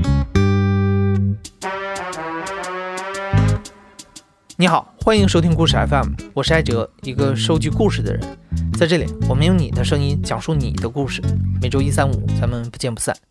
你好，欢迎收听故事 FM， 我是艾哲，一个收集故事的人。在这里，我们用你的声音讲述你的故事。每周一、三、五，咱们不见不散。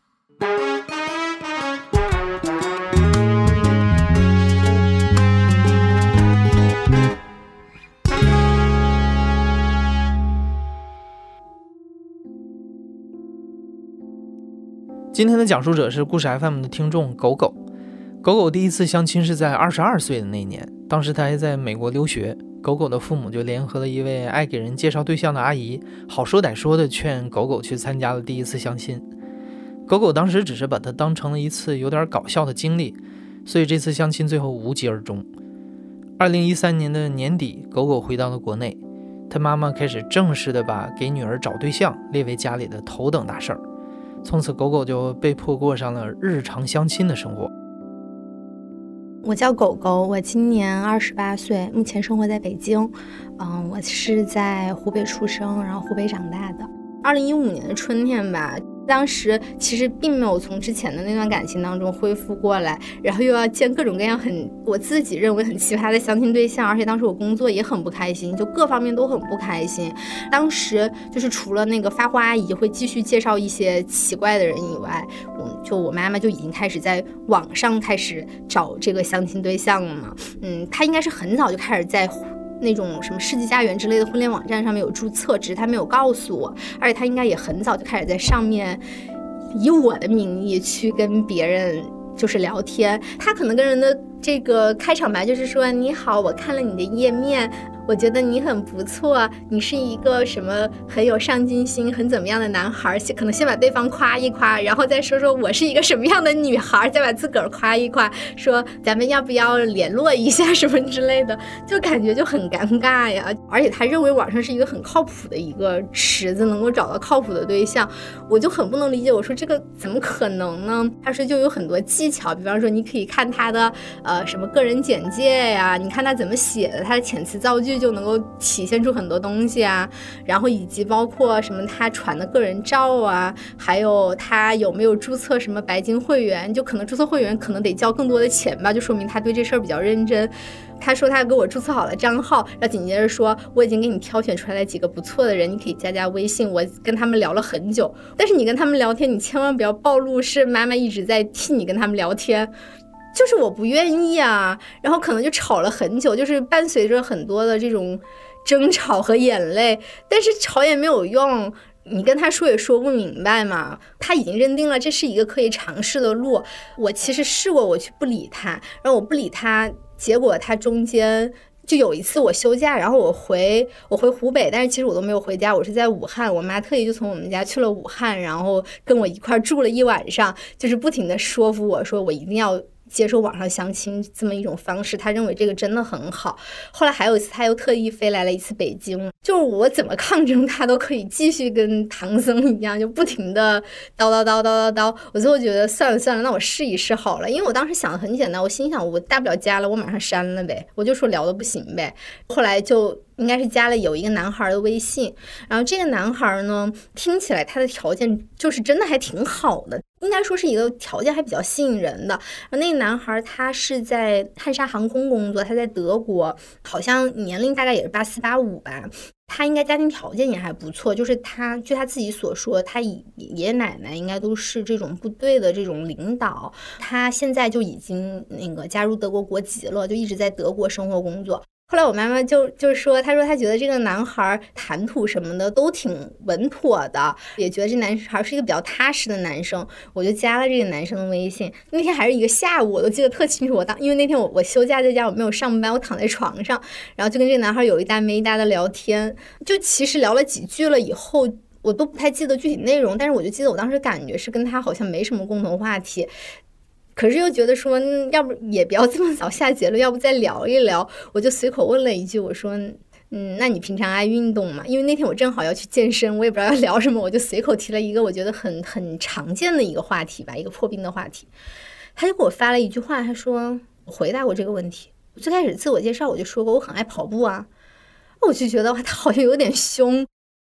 今天的讲述者是故事 FM 的听众狗狗。狗狗第一次相亲是在22岁的那年，当时他还在美国留学。狗狗的父母就联合了一位爱给人介绍对象的阿姨，好说歹说的劝狗狗去参加了第一次相亲。狗狗当时只是把它当成了一次有点搞笑的经历，所以这次相亲最后无疾而终。2013年的年底，狗狗回到了国内，他妈妈开始正式的把给女儿找对象列为家里的头等大事儿。从此狗狗就被迫过上了日常相亲的生活。 我叫狗狗，我今年28岁，目前生活在北京。我是在湖北出生，然后湖北长大的。2015年的春天吧，当时其实并没有从之前的那段感情当中恢复过来，然后又要见各种各样我自己认为很奇葩的相亲对象，而且当时我工作也很不开心，就各方面都很不开心。当时就是除了那个发货阿姨会继续介绍一些奇怪的人以外，我妈妈就已经开始在网上开始找这个相亲对象了嘛。她应该是很早就开始在那种什么世纪佳缘之类的婚恋网站上面有注册，只是他没有告诉我，而且他应该也很早就开始在上面以我的名义去跟别人就是聊天。他可能跟人的这个开场白就是说，你好，我看了你的页面，我觉得你很不错，你是一个什么很有上进心很怎么样的男孩，可能先把对方夸一夸，然后再说说我是一个什么样的女孩，再把自个儿夸一夸，说咱们要不要联络一下什么之类的，就感觉就很尴尬呀。而且他认为网上是一个很靠谱的一个池子，能够找到靠谱的对象，我就很不能理解，我说这个怎么可能呢？他说就有很多技巧，比方说你可以看他的什么个人简介呀，你看他怎么写的，他的遣词造句就能够体现出很多东西啊，然后以及包括什么他传的个人照啊，还有他有没有注册什么白金会员，就可能注册会员可能得交更多的钱吧，就说明他对这事儿比较认真。他说他给我注册好了账号，然后紧接着说我已经给你挑选出来了几个不错的人，你可以加微信，我跟他们聊了很久，但是你跟他们聊天你千万不要暴露是妈妈一直在替你跟他们聊天，就是我不愿意啊。然后可能就吵了很久，就是伴随着很多的这种争吵和眼泪，但是吵也没有用，你跟他说也说不明白嘛。他已经认定了这是一个可以尝试的路。我其实试过我去不理他，然后我不理他，结果他中间就有一次我休假，然后我回湖北，但是其实我都没有回家，我是在武汉，我妈特意就从我们家去了武汉，然后跟我一块住了一晚上，就是不停的说服我说我一定要接受网上相亲这么一种方式，他认为这个真的很好。后来还有一次他又特意飞来了一次北京，就是我怎么抗争他都可以继续跟唐僧一样，就不停的叨，我最后觉得算了，那我试一试好了。因为我当时想的很简单，我心想我大不了加了我马上删了呗，我就说聊的不行呗。后来就应该是加了有一个男孩的微信，然后这个男孩呢听起来他的条件就是真的还挺好的，应该说是一个条件还比较吸引人的。然后那个男孩他是在汉莎航空工作，他在德国，好像年龄大概也是84、85吧。他应该家庭条件也还不错，就是他据他自己所说，他爷爷奶奶应该都是这种部队的这种领导，他现在就已经加入德国国籍了，就一直在德国生活工作。后来我妈妈就说，她说她觉得这个男孩谈吐什么的都挺稳妥的，也觉得这男孩是一个比较踏实的男生，我就加了这个男生的微信。那天还是一个下午，我都记得特清楚。因为那天我休假在家，我没有上班，我躺在床上，然后就跟这个男孩有一搭没一搭的聊天，就其实聊了几句了以后，我都不太记得具体内容，但是我就记得我当时感觉是跟他好像没什么共同话题。可是又觉得说要不也不要这么早下结论，要不再聊一聊。我就随口问了一句，我说那你平常爱运动吗？因为那天我正好要去健身，我也不知道要聊什么，我就随口提了一个我觉得很常见的一个话题吧，一个破冰的话题。他就给我发了一句话，他说我回答过这个问题，我最开始自我介绍我就说过我很爱跑步啊。我就觉得他好像有点凶，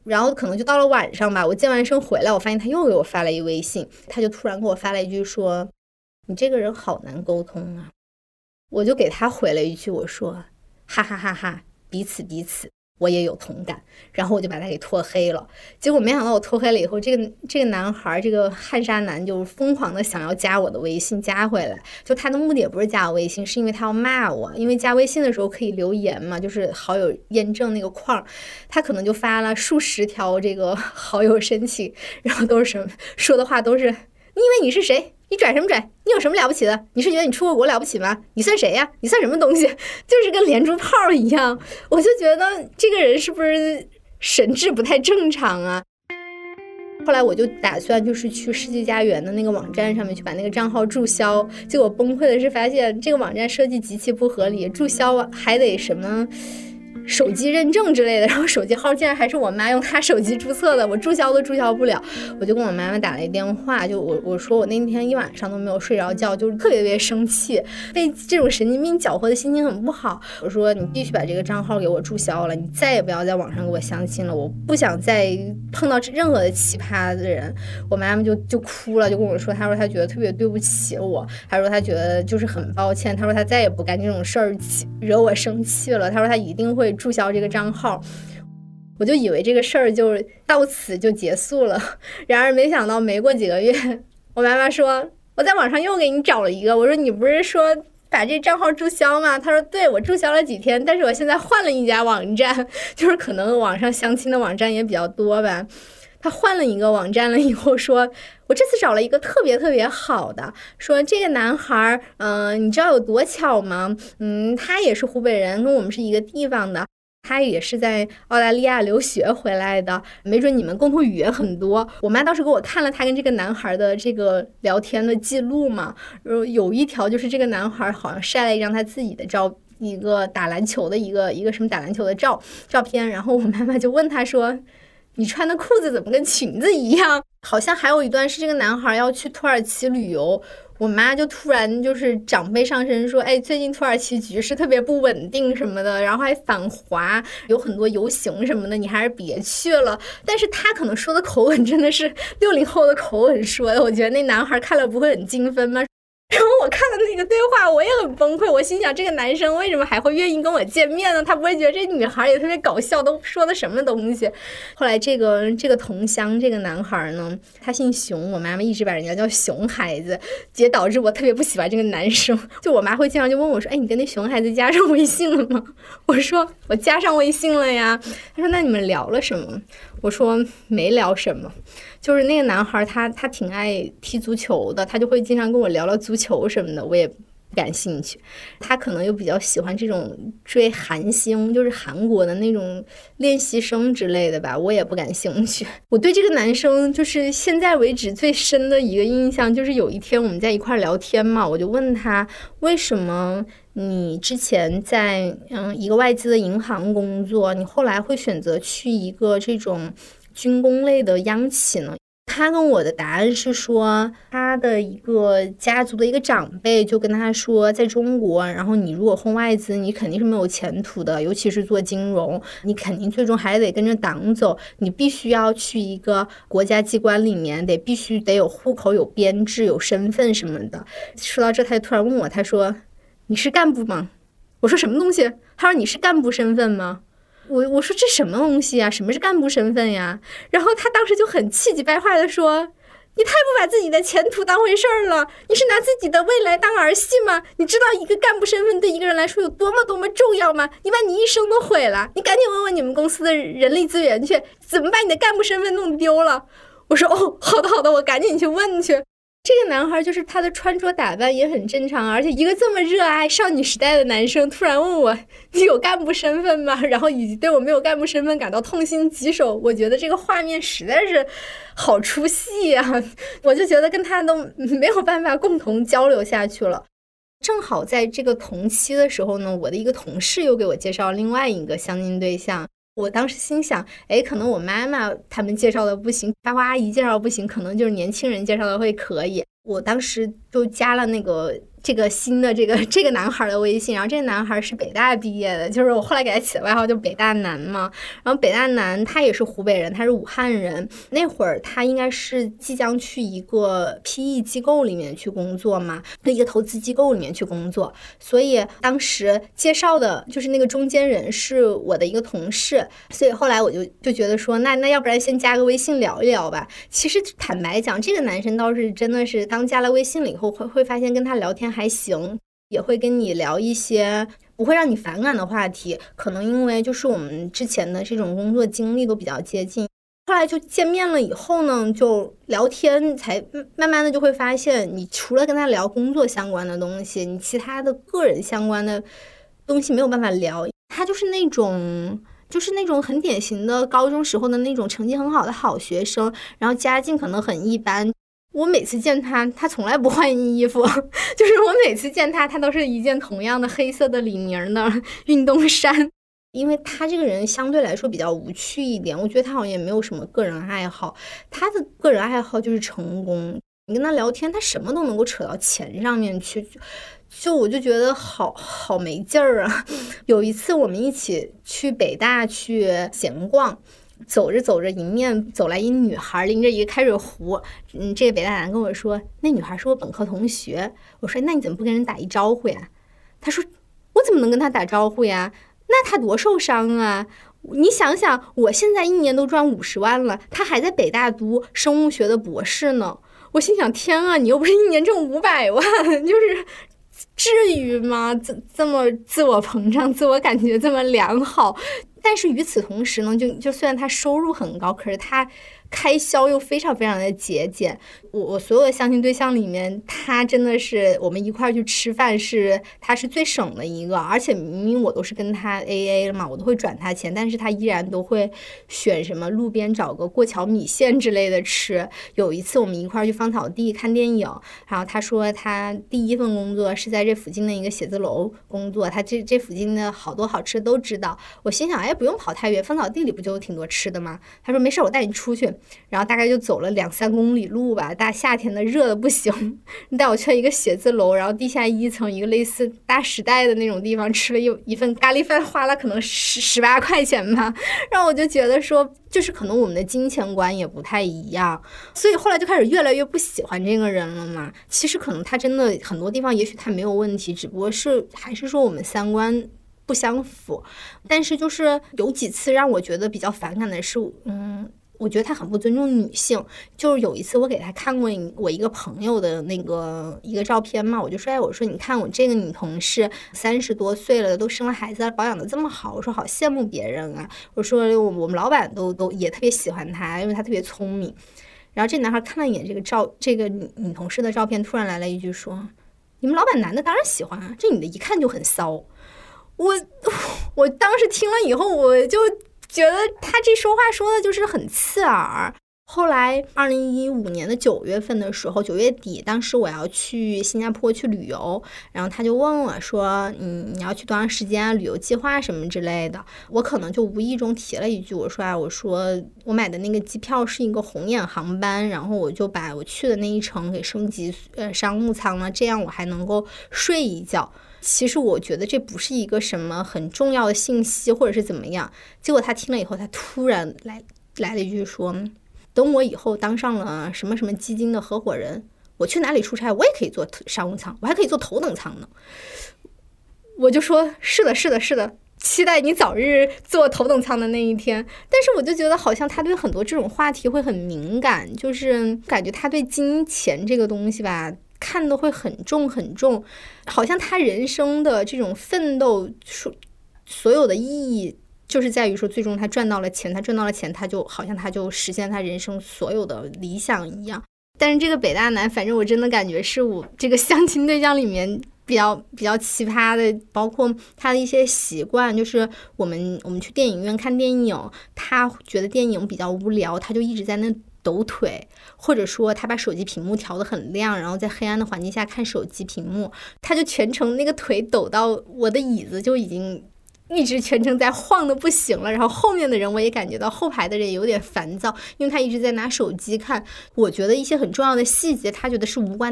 然后可能就到了晚上吧，我健完身回来，我发现他又给我发了一微信，他就突然给我发了一句说，你这个人好难沟通啊。我就给他回了一句，我说哈哈哈哈，彼此彼此，我也有同感。然后我就把他给拖黑了。结果没想到我拖黑了以后，这个男孩，这个汉莎男就疯狂的想要加我的微信，加回来。就他的目的也不是加我微信，是因为他要骂我。因为加微信的时候可以留言嘛，就是好友验证那个框，他可能就发了数十条这个好友申请，然后都是什么说的话都是，你以为你是谁？你拽什么拽？你有什么了不起的？你是觉得你出过国了不起吗？你算谁呀？你算什么东西？就是跟连珠炮一样。我就觉得这个人是不是神智不太正常啊？后来我就打算就是去世纪佳缘的那个网站上面去把那个账号注销，结果崩溃的是发现这个网站设计极其不合理，注销还得什么手机认证之类的，然后手机号竟然还是我妈用她手机注册的，我注销都注销不了。我就跟我妈妈打了一电话，就我说我那天一晚上都没有睡着觉，就是特别特别生气，被这种神经病搅和的心情很不好。我说你必须把这个账号给我注销了，你再也不要在网上给我相亲了，我不想再碰到任何的奇葩的人。我妈妈就哭了，就跟我说，她说她觉得特别对不起我，她说她觉得就是很抱歉，她说她再也不干这种事儿惹我生气了，她说她一定会注销这个账号。我就以为这个事儿就到此就结束了，然而没想到没过几个月，我妈妈说我在网上又给你找了一个。我说你不是说把这账号注销吗？她说对，我注销了几天，但是我现在换了一家网站，就是可能网上相亲的网站也比较多吧。他换了一个网站了以后说，我这次找了一个特别特别好的，说这个男孩你知道有多巧吗？他也是湖北人，跟我们是一个地方的，他也是在澳大利亚留学回来的，没准你们共同语言很多。我妈当时给我看了他跟这个男孩的这个聊天的记录嘛，有一条就是这个男孩好像晒了一张他自己的一个打篮球的一个什么打篮球的照片，然后我妈妈就问他说，你穿的裤子怎么跟裙子一样？好像还有一段是这个男孩要去土耳其旅游，我妈就突然就是长辈上身说，哎，最近土耳其局势特别不稳定什么的，然后还反华，有很多游行什么的，你还是别去了。但是他可能说的口吻真的是60后的口吻说的，我觉得那男孩看了不会很精分吗？然后我看了那个对话，我也很崩溃。我心想，这个男生为什么还会愿意跟我见面呢？他不会觉得这女孩也特别搞笑，都说的什么东西？后来这个同乡这个男孩呢，他姓熊，我妈妈一直把人家叫熊孩子，也导致我特别不喜欢这个男生。就我妈会经常就问我说，哎，你跟那熊孩子加上微信了吗？我说我加上微信了呀。他说那你们聊了什么？我说没聊什么，就是那个男孩他挺爱踢足球的，他就会经常跟我聊聊足球什么的，我也不感兴趣。他可能又比较喜欢这种追韩星，就是韩国的那种练习生之类的吧，我也不感兴趣。我对这个男生就是现在为止最深的一个印象，就是有一天我们在一块聊天嘛，我就问他为什么你之前在一个外资的银行工作，你后来会选择去一个这种军工类的央企呢？他跟我的答案是说，他的一个家族的一个长辈就跟他说，在中国，然后你如果混外资，你肯定是没有前途的，尤其是做金融，你肯定最终还得跟着党走，你必须要去一个国家机关里面，必须得有户口、有编制、有身份什么的。说到这，他就突然问我，他说，你是干部吗？我说什么东西？他说你是干部身份吗？我说这什么东西啊？什么是干部身份呀？然后他当时就很气急败坏的说，你太不把自己的前途当回事儿了，你是拿自己的未来当儿戏吗？你知道一个干部身份对一个人来说有多么多么重要吗？你把你一生都毁了，你赶紧问问你们公司的人力资源去，怎么把你的干部身份弄丢了？我说哦，好的好的，我赶紧去问去。这个男孩就是他的穿着打扮也很正常，而且一个这么热爱少女时代的男生突然问我，你有干部身份吗？然后以及对我没有干部身份感到痛心疾首，我觉得这个画面实在是好出戏啊，我就觉得跟他都没有办法共同交流下去了。正好在这个同期的时候呢，我的一个同事又给我介绍另外一个相亲对象。我当时心想，哎，可能我妈妈他们介绍的不行，八卦阿姨介绍不行，可能就是年轻人介绍的会可以。我当时就加了那个这个新的这个男孩的微信，然后这个男孩是北大毕业的，就是我后来给他起的外号就北大男嘛。然后北大男他也是湖北人，他是武汉人，那会儿他应该是即将去一个 PE 机构里面去工作嘛，一个投资机构里面去工作，所以当时介绍的就是那个中间人是我的一个同事，所以后来我就觉得说，那要不然先加个微信聊一聊吧。其实坦白讲，这个男生倒是真的是刚加了微信了以后会发现跟他聊天还行，也会跟你聊一些不会让你反感的话题，可能因为就是我们之前的这种工作经历都比较接近。后来就见面了以后呢，就聊天，才慢慢的就会发现，你除了跟他聊工作相关的东西，你其他的个人相关的东西没有办法聊。他就是那种很典型的高中时候的那种成绩很好的好学生，然后家境可能很一般。我每次见他从来不换衣服，就是我每次见他都是一件同样的黑色的李宁的运动衫。因为他这个人相对来说比较无趣一点，我觉得他好像也没有什么个人爱好，他的个人爱好就是成功。你跟他聊天，他什么都能够扯到钱上面去，我就觉得好没劲儿啊。有一次我们一起去北大去闲逛，走着走着，迎面走来一女孩，拎着一个开水壶。这个北大男跟我说，那女孩是我本科同学。我说，那你怎么不跟人打一招呼呀？他说，我怎么能跟他打招呼呀？那他多受伤啊！你想想，我现在一年都赚50万了，他还在北大读生物学的博士呢。我心想，天啊，你又不是一年挣500万，就是至于吗？这么自我膨胀，自我感觉这么良好。但是与此同时呢，就虽然他收入很高，可是他开销又非常非常的节俭。我所有的相亲对象里面，他真的是我们一块去吃饭他是最省的一个，而且明明我都是跟他 AA 了嘛，我都会转他钱，但是他依然都会选什么路边找个过桥米线之类的吃。有一次我们一块去芳草地看电影，然后他说他第一份工作是在这附近的一个写字楼工作，他这附近的好多好吃都知道。我心想，哎，不用跑太远，芳草地里不就有挺多吃的吗？他说没事，我带你出去。然后大概就走了2-3公里路吧，大夏天的热的不行，你带我去了一个写字楼，然后地下1层一个类似大时代的那种地方，吃了一份咖喱饭，花了可能18块钱吧。然后我就觉得说，就是可能我们的金钱观也不太一样，所以后来就开始越来越不喜欢这个人了嘛。其实可能他真的很多地方也许他没有问题，只不过还是说我们三观不相符。但是就是有几次让我觉得比较反感的是，我觉得他很不尊重女性。就是有一次我给他看过我一个朋友的那个一个照片嘛，我就说，我说你看我这个女同事30多岁了，都生了孩子，保养的这么好，我说好羡慕别人啊。我说我们老板都也特别喜欢她，因为她特别聪明。然后这男孩看了一眼这个女同事的照片，突然来了一句说，你们老板男的当然喜欢啊，这女的一看就很骚。我当时听了以后，我就觉得他这说话说的就是很刺耳。后来2015年的9月份的时候，9月底，当时我要去新加坡去旅游，然后他就问我说，你要去多长时间啊，旅游计划什么之类的。我可能就无意中提了一句，我说我买的那个机票是一个红眼航班，然后我就把我去的那一程给升级商务舱了，这样我还能够睡一觉。其实我觉得这不是一个什么很重要的信息，或者是怎么样。结果他听了以后，他突然来了一句说，等我以后当上了什么什么基金的合伙人，我去哪里出差我也可以坐商务舱，我还可以坐头等舱呢。我就说是的，期待你早日坐头等舱的那一天。但是我就觉得好像他对很多这种话题会很敏感，就是感觉他对金钱这个东西吧看得会很重很重，好像他人生的这种奋斗所有的意义就是在于说，最终他赚到了钱，他就好像他就实现他人生所有的理想一样。但是这个北大男，反正我真的感觉是我这个相亲对象里面比较奇葩的，包括他的一些习惯，就是我们去电影院看电影，他觉得电影比较无聊，他就一直在那抖腿，或者说他把手机屏幕调得很亮，然后在黑暗的环境下看手机屏幕，他就全程那个腿抖到我的椅子就已经一直全程在晃的不行了，然后后面的人我也感觉到后排的人有点烦躁，因为他一直在拿手机看。我觉得一些很重要的细节他觉得是无关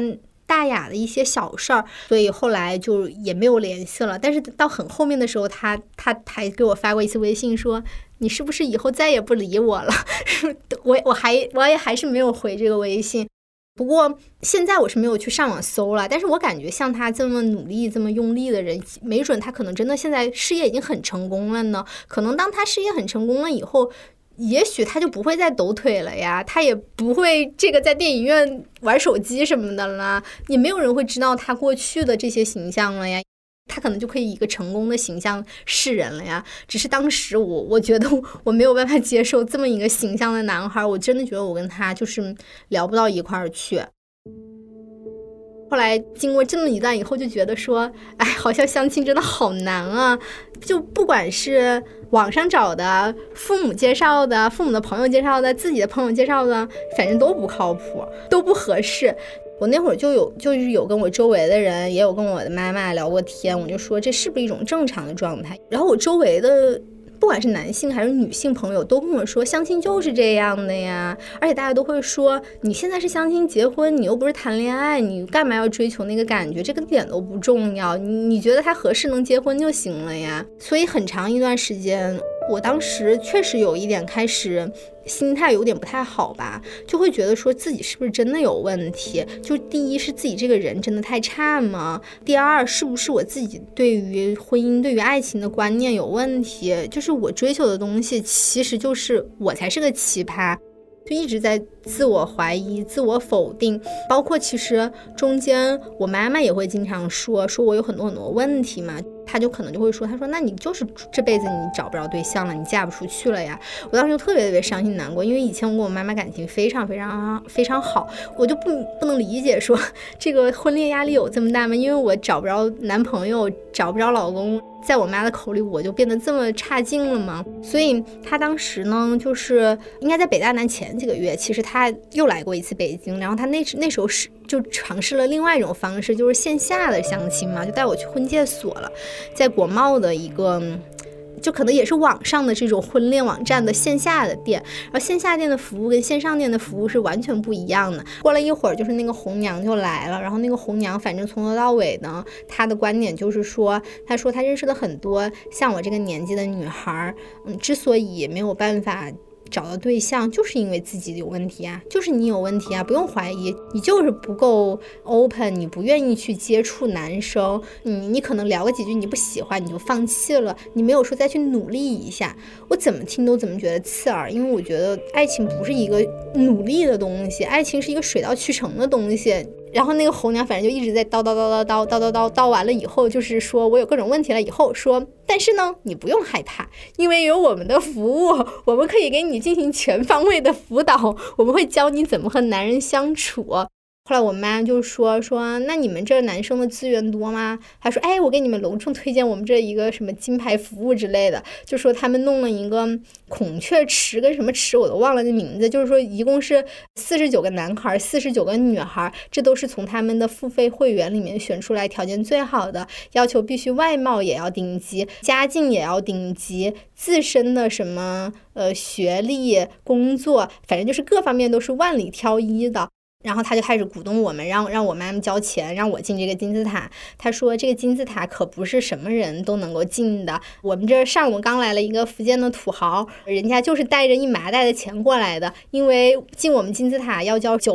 大雅的一些小事儿，所以后来就也没有联系了。但是到很后面的时候，他还给我发过一次微信说，你是不是以后再也不理我了？我也还是没有回这个微信。不过现在我是没有去上网搜了，但是我感觉像他这么努力这么用力的人，没准他可能真的现在事业已经很成功了呢。可能当他事业很成功了以后，也许他就不会再抖腿了呀，他也不会这个在电影院玩手机什么的了，也没有人会知道他过去的这些形象了呀，他可能就可以以一个成功的形象示人了呀。只是当时我觉得我没有办法接受这么一个形象的男孩，我真的觉得我跟他就是聊不到一块儿去。后来经过这么一段以后，就觉得说，哎，好像相亲真的好难啊！就不管是网上找的、父母介绍的、父母的朋友介绍的、自己的朋友介绍的，反正都不靠谱，都不合适。我那会儿就是有跟我周围的人，也有跟我的妈妈聊过天，我就说这是不是一种正常的状态？然后我周围的不管是男性还是女性朋友都跟我说，相亲就是这样的呀，而且大家都会说，你现在是相亲结婚，你又不是谈恋爱，你干嘛要追求那个感觉？这个点都不重要，你觉得他合适能结婚就行了呀。所以很长一段时间，我当时确实有一点开始心态有点不太好吧，就会觉得说自己是不是真的有问题？就第一是自己这个人真的太差吗？第二是不是我自己对于婚姻、对于爱情的观念有问题？就是我追求的东西其实就是我才是个奇葩。就一直在自我怀疑、自我否定，包括其实中间我妈妈也会经常说我有很多问题嘛，她就可能就会说，她说那你就是这辈子你找不着对象了，你嫁不出去了呀。我当时就特别伤心难过，因为以前我跟我妈妈感情非常非常非常好，我就不能理解说这个婚恋压力有这么大吗？因为我找不着男朋友，找不着老公，在我妈的口里我就变得这么差劲了吗？所以她当时呢，就是应该在北大南前几个月，其实她又来过一次北京，然后她那时候就尝试了另外一种方式，就是线下的相亲嘛，就带我去婚介所了，在国贸的一个就可能也是网上的这种婚恋网站的线下的店，然后线下店的服务跟线上店的服务是完全不一样的。过了一会儿，就是那个红娘就来了，然后那个红娘反正从头到尾呢，她的观点就是说，她说她认识了很多像我这个年纪的女孩，之所以没有办法找到对象，就是因为自己有问题啊，就是你有问题啊，不用怀疑，你就是不够 open， 你不愿意去接触男生，你可能聊个几句你不喜欢你就放弃了，你没有说再去努力一下。我怎么听都怎么觉得刺耳，因为我觉得爱情不是一个努力的东西，爱情是一个水到渠成的东西。然后那个红娘反正就一直在叨完了以后，就是说我有各种问题了以后说，但是呢你不用害怕，因为有我们的服务，我们可以给你进行全方位的辅导，我们会教你怎么和男人相处。后来我妈就说那你们这男生的资源多吗？她说我给你们隆重推荐我们这一个什么金牌服务之类的，就说他们弄了一个孔雀池跟什么池我都忘了这名字，就是说一共是49个男孩49个女孩，这都是从他们的付费会员里面选出来条件最好的，要求必须外貌也要顶级，家境也要顶级，自身的什么学历工作反正就是各方面都是万里挑一的。然后他就开始鼓动我们，让我妈妈交钱，让我进这个金字塔。他说这个金字塔可不是什么人都能够进的。我们这上午刚来了一个福建的土豪，人家就是带着一麻袋的钱过来的，因为进我们金字塔要交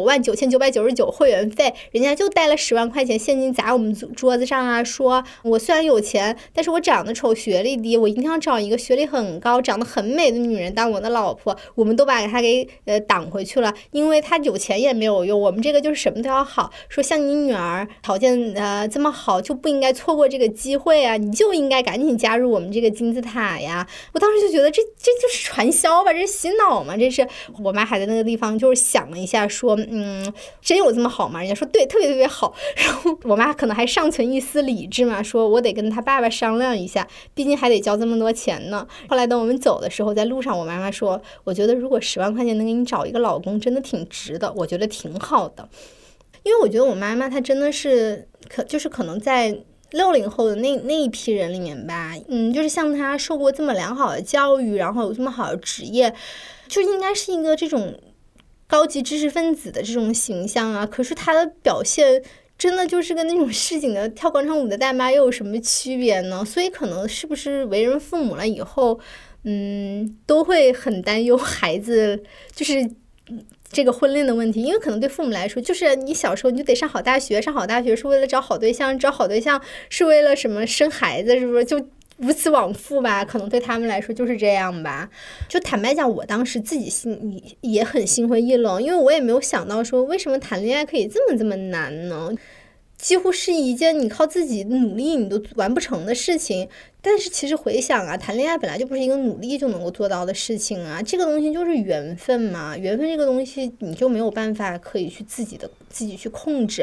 99999会员费，人家就带了10万块钱现金砸我们桌子上啊，说我虽然有钱，但是我长得丑，学历低，我一定要找一个学历很高、长得很美的女人当我的老婆。我们都把他给挡回去了，因为他有钱也没有用。我们这个就是什么都要好，说像你女儿条件这么好，就不应该错过这个机会啊，你就应该赶紧加入我们这个金字塔呀。我当时就觉得这就是传销吧，这是洗脑嘛，这是。我妈还在那个地方就是想了一下说真有这么好吗？人家说对，特别特别好。然后我妈可能还尚存一丝理智嘛，说我得跟他爸爸商量一下，毕竟还得交这么多钱呢。后来等我们走的时候，在路上我妈妈说，我觉得如果10万块钱能给你找一个老公真的挺值的，我觉得挺好的。因为我觉得我妈妈她真的是可能在60后的那一批人里面吧，就是像她受过这么良好的教育，然后有这么好的职业，就应该是一个这种高级知识分子的这种形象啊。可是她的表现真的就是跟那种市井的跳广场舞的大妈又有什么区别呢？所以可能是不是为人父母了以后，都会很担忧孩子就是这个婚恋的问题，因为可能对父母来说，就是你小时候你就得上好大学，上好大学是为了找好对象，找好对象是为了什么生孩子，是不是就如此往复吧？可能对他们来说就是这样吧。就坦白讲，我当时自己也很心灰意冷，因为我也没有想到说为什么谈恋爱可以这么难呢？几乎是一件你靠自己努力你都完不成的事情。但是其实回想啊，谈恋爱本来就不是一个努力就能够做到的事情啊，这个东西就是缘分嘛，缘分这个东西你就没有办法可以去自己去控制。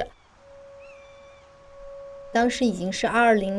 当时已经是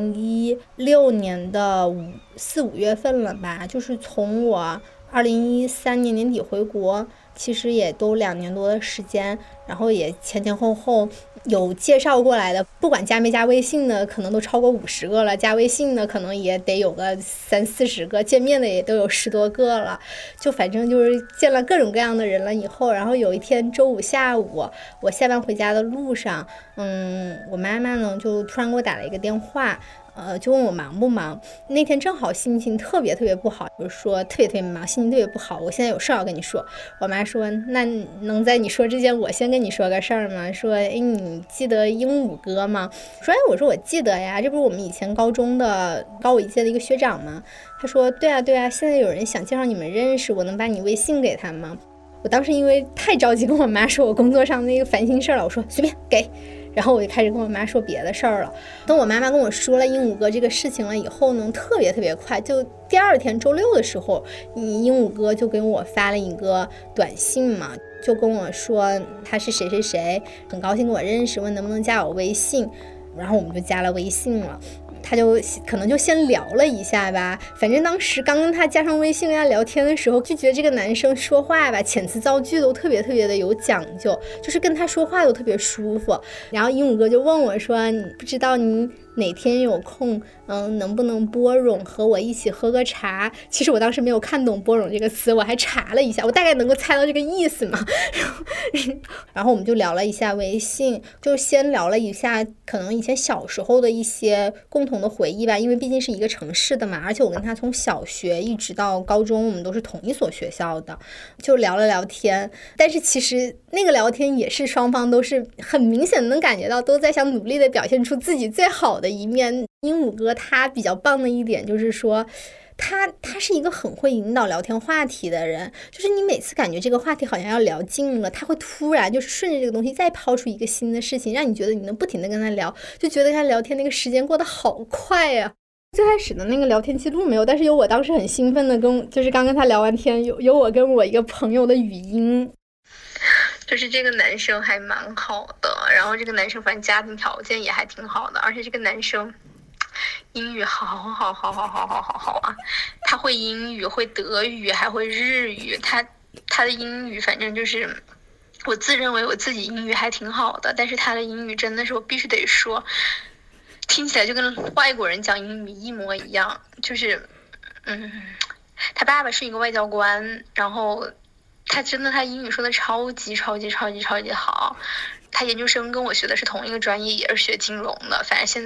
2016年的4、5月份了吧，就是从我2013年年底回国，其实也都2年多的时间，然后也前后后有介绍过来的，不管加没加微信的可能都超过50个了，加微信的可能也得有个30、40个，见面的也都有10多个了，就反正就是见了各种各样的人了以后，然后有一天周五下午，我下班回家的路上，我妈妈呢就突然给我打了一个电话，就问我忙不忙。那天正好心情特别不好，就是说特别忙，心情特别不好，我现在有事要跟你说。我妈说，那能在你说之前我先跟你说个事儿吗？说你记得鹦鹉哥吗？我说我记得呀，这不是我们以前高中的高我一届的一个学长吗？他说对啊，现在有人想介绍你们认识，我能把你微信给他吗？我当时因为太着急跟我妈说我工作上的那个烦心事了，我说随便给，然后我就开始跟我妈说别的事儿了。等我妈妈跟我说了鹦鹉哥这个事情了以后呢，特别快，就第2天周6的时候，鹦鹉哥就给我发了一个短信嘛，就跟我说他是谁谁谁，很高兴跟我认识，问能不能加我微信，然后我们就加了微信了。他就可能就先聊了一下吧，反正当时刚跟他加上微信跟他聊天的时候，就觉得这个男生说话吧，遣词造句都特别的有讲究，就是跟他说话都特别舒服。然后鹦鹉哥就问我说，你不知道你哪天有空，能不能播冗和我一起喝个茶？其实我当时没有看懂播冗这个词，我还查了一下，我大概能够猜到这个意思嘛。然后我们就聊了一下微信，就先聊了一下可能以前小时候的一些共同的回忆吧，因为毕竟是一个城市的嘛，而且我跟他从小学一直到高中，我们都是同一所学校的，就聊了聊天。但是其实那个聊天也是双方都是很明显能感觉到都在想努力的表现出自己最好的一面。鹦鹉哥他比较棒的一点就是说他是一个很会引导聊天话题的人，就是你每次感觉这个话题好像要聊尽了，他会突然就是顺着这个东西再抛出一个新的事情，让你觉得你能不停的跟他聊，就觉得他聊天那个时间过得好快呀。最开始的那个聊天记录没有，但是有我当时很兴奋的就是刚跟他聊完天，有我跟我一个朋友的语音。 就是这个男生还蛮好的，然后这个男生反正家庭条件也还挺好的，而且这个男生英语好啊，他会英语，会德语，还会日语，他的英语反正就是我自认为我自己英语还挺好的，但是他的英语真的是我必须得说，听起来就跟外国人讲英语一模一样，就是他爸爸是一个外交官，然后他英语说的超级好，他研究生跟我学的是同一个专业，也是学金融的，反正现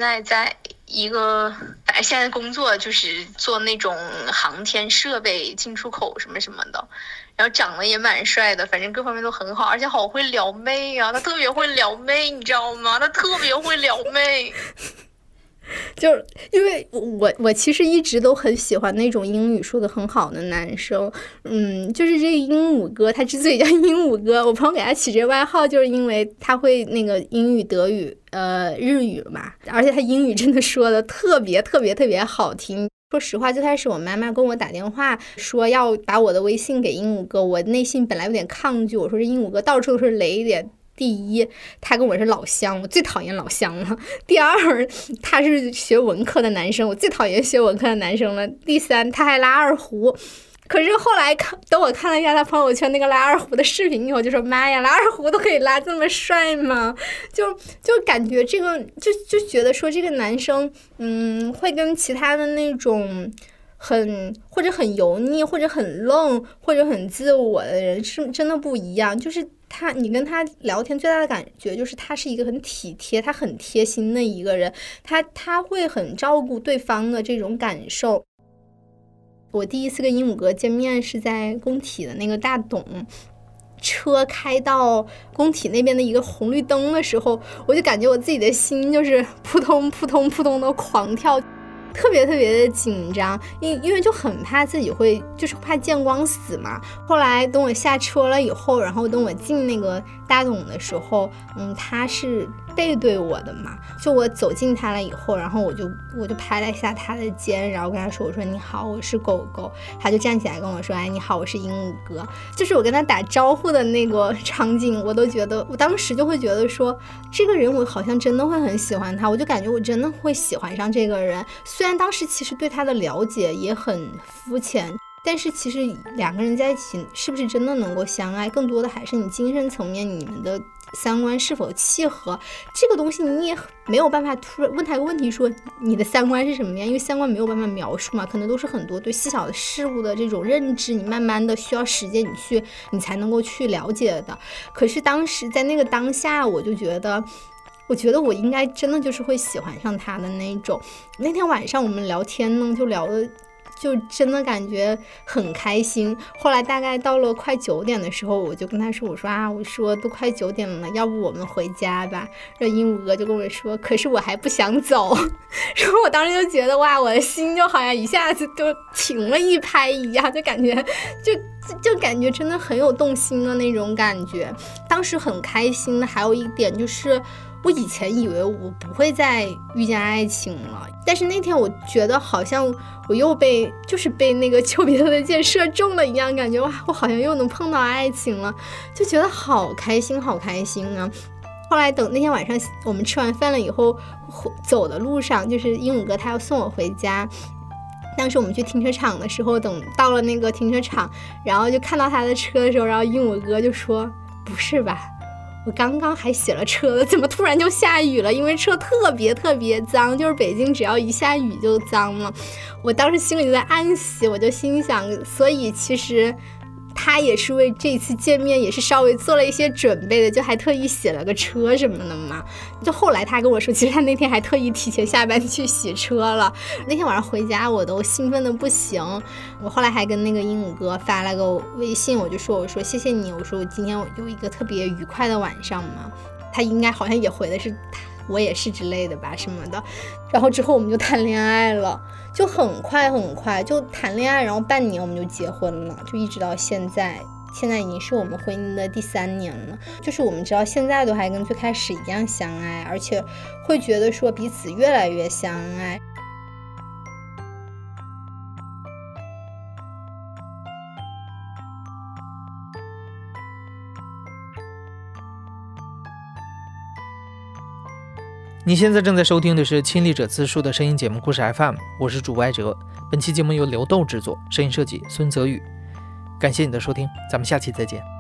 在工作就是做那种航天设备进出口什么的，然后长得也蛮帅的，反正各方面都很好，而且好会撩妹啊，他特别会撩妹，你知道吗？他特别会撩妹。 就是因为我其实一直都很喜欢那种英语说的很好的男生，就是这个鹦鹉哥，他之所以叫鹦鹉哥，我朋友给他起这个外号，就是因为他会那个英语、德语、日语嘛，而且他英语真的说的特别好听。说实话，最开始我妈妈跟我打电话说要把我的微信给鹦鹉哥，我内心本来有点抗拒，我说这鹦鹉哥到处都是雷点。第一，他跟我是老乡，我最讨厌老乡了。第二，他是学文科的男生，我最讨厌学文科的男生了。第三，他还拉二胡。可是后来等我看了一下他朋友圈那个拉二胡的视频以后，就说妈呀，拉二胡都可以拉这么帅吗？就感觉这个就觉得说这个男生会跟其他的那种或者很油腻或者很愣或者很自我的人是真的不一样，就是你跟他聊天最大的感觉就是他是一个很体贴，他很贴心的一个人，他会很照顾对方的这种感受。我第一次跟鹦鹉哥见面是在工体的那个大董，车开到工体那边的一个红绿灯的时候，我就感觉我自己的心就是扑通扑通扑通的狂跳，特别特别的紧张，因为就很怕自己会就是怕见光死嘛。后来等我下车了以后，然后等我进那个大董的时候，他是背对我的嘛，就我走近他了以后，然后我就拍了一下他的肩，然后跟他说，我说你好，我是狗狗。他就站起来跟我说，哎，你好，我是鹦鹉哥。就是我跟他打招呼的那个场景，我都觉得，我当时就会觉得说，这个人我好像真的会很喜欢他，我就感觉我真的会喜欢上这个人。虽然当时其实对他的了解也很肤浅，但是其实两个人在一起是不是真的能够相爱，更多的还是你精神层面你们的三观是否契合。这个东西你也没有办法突然问他一个问题说你的三观是什么样，因为三观没有办法描述嘛，可能都是很多对细小的事物的这种认知，你慢慢的需要时间你才能够去了解的。可是当时在那个当下，我觉得我应该真的就是会喜欢上他的那种。那天晚上我们聊天呢，就聊的就真的感觉很开心。后来大概到了快9点的时候，我就跟他说，我说都快9点了，要不我们回家吧。然后鹦鹉哥就跟我说，可是我还不想走。然后我当时就觉得哇，我的心就好像一下子就停了一拍一样，就感觉就感觉真的很有动心的那种感觉。当时很开心的还有一点就是，我以前以为我不会再遇见爱情了，但是那天我觉得好像我又被那个丘比特的箭射中了一样，感觉哇，我好像又能碰到爱情了，就觉得好开心好开心啊。后来等那天晚上我们吃完饭了以后，走的路上就是鹦鹉哥他要送我回家，当时我们去停车场的时候，等到了那个停车场，然后就看到他的车的时候，然后鹦鹉哥就说，不是吧，我刚刚还洗了车的，怎么突然就下雨了？因为车特别特别脏，就是北京只要一下雨就脏了。我当时心里就在暗喜，我就心想，所以其实他也是为这一次见面也是稍微做了一些准备的，就还特意洗了个车什么的嘛。就后来他跟我说，其实他那天还特意提前下班去洗车了。那天晚上回家我都兴奋的不行，我后来还跟那个鹦鹉哥发了个微信，我说谢谢你，我说我今天有一个特别愉快的晚上嘛。他应该好像也回的是我也是之类的吧什么的。然后之后我们就谈恋爱了，就很快就谈恋爱，然后半年我们就结婚了，就一直到现在已经是我们婚姻的第3年了。就是我们直到现在都还跟最开始一样相爱，而且会觉得说彼此越来越相爱。 你现在正在收听的是亲历者自述的声音节目故事 FM， 我是主播艾哲。本期节目由刘豆制作，声音设计孙泽宇。感谢你的收听，咱们下期再见。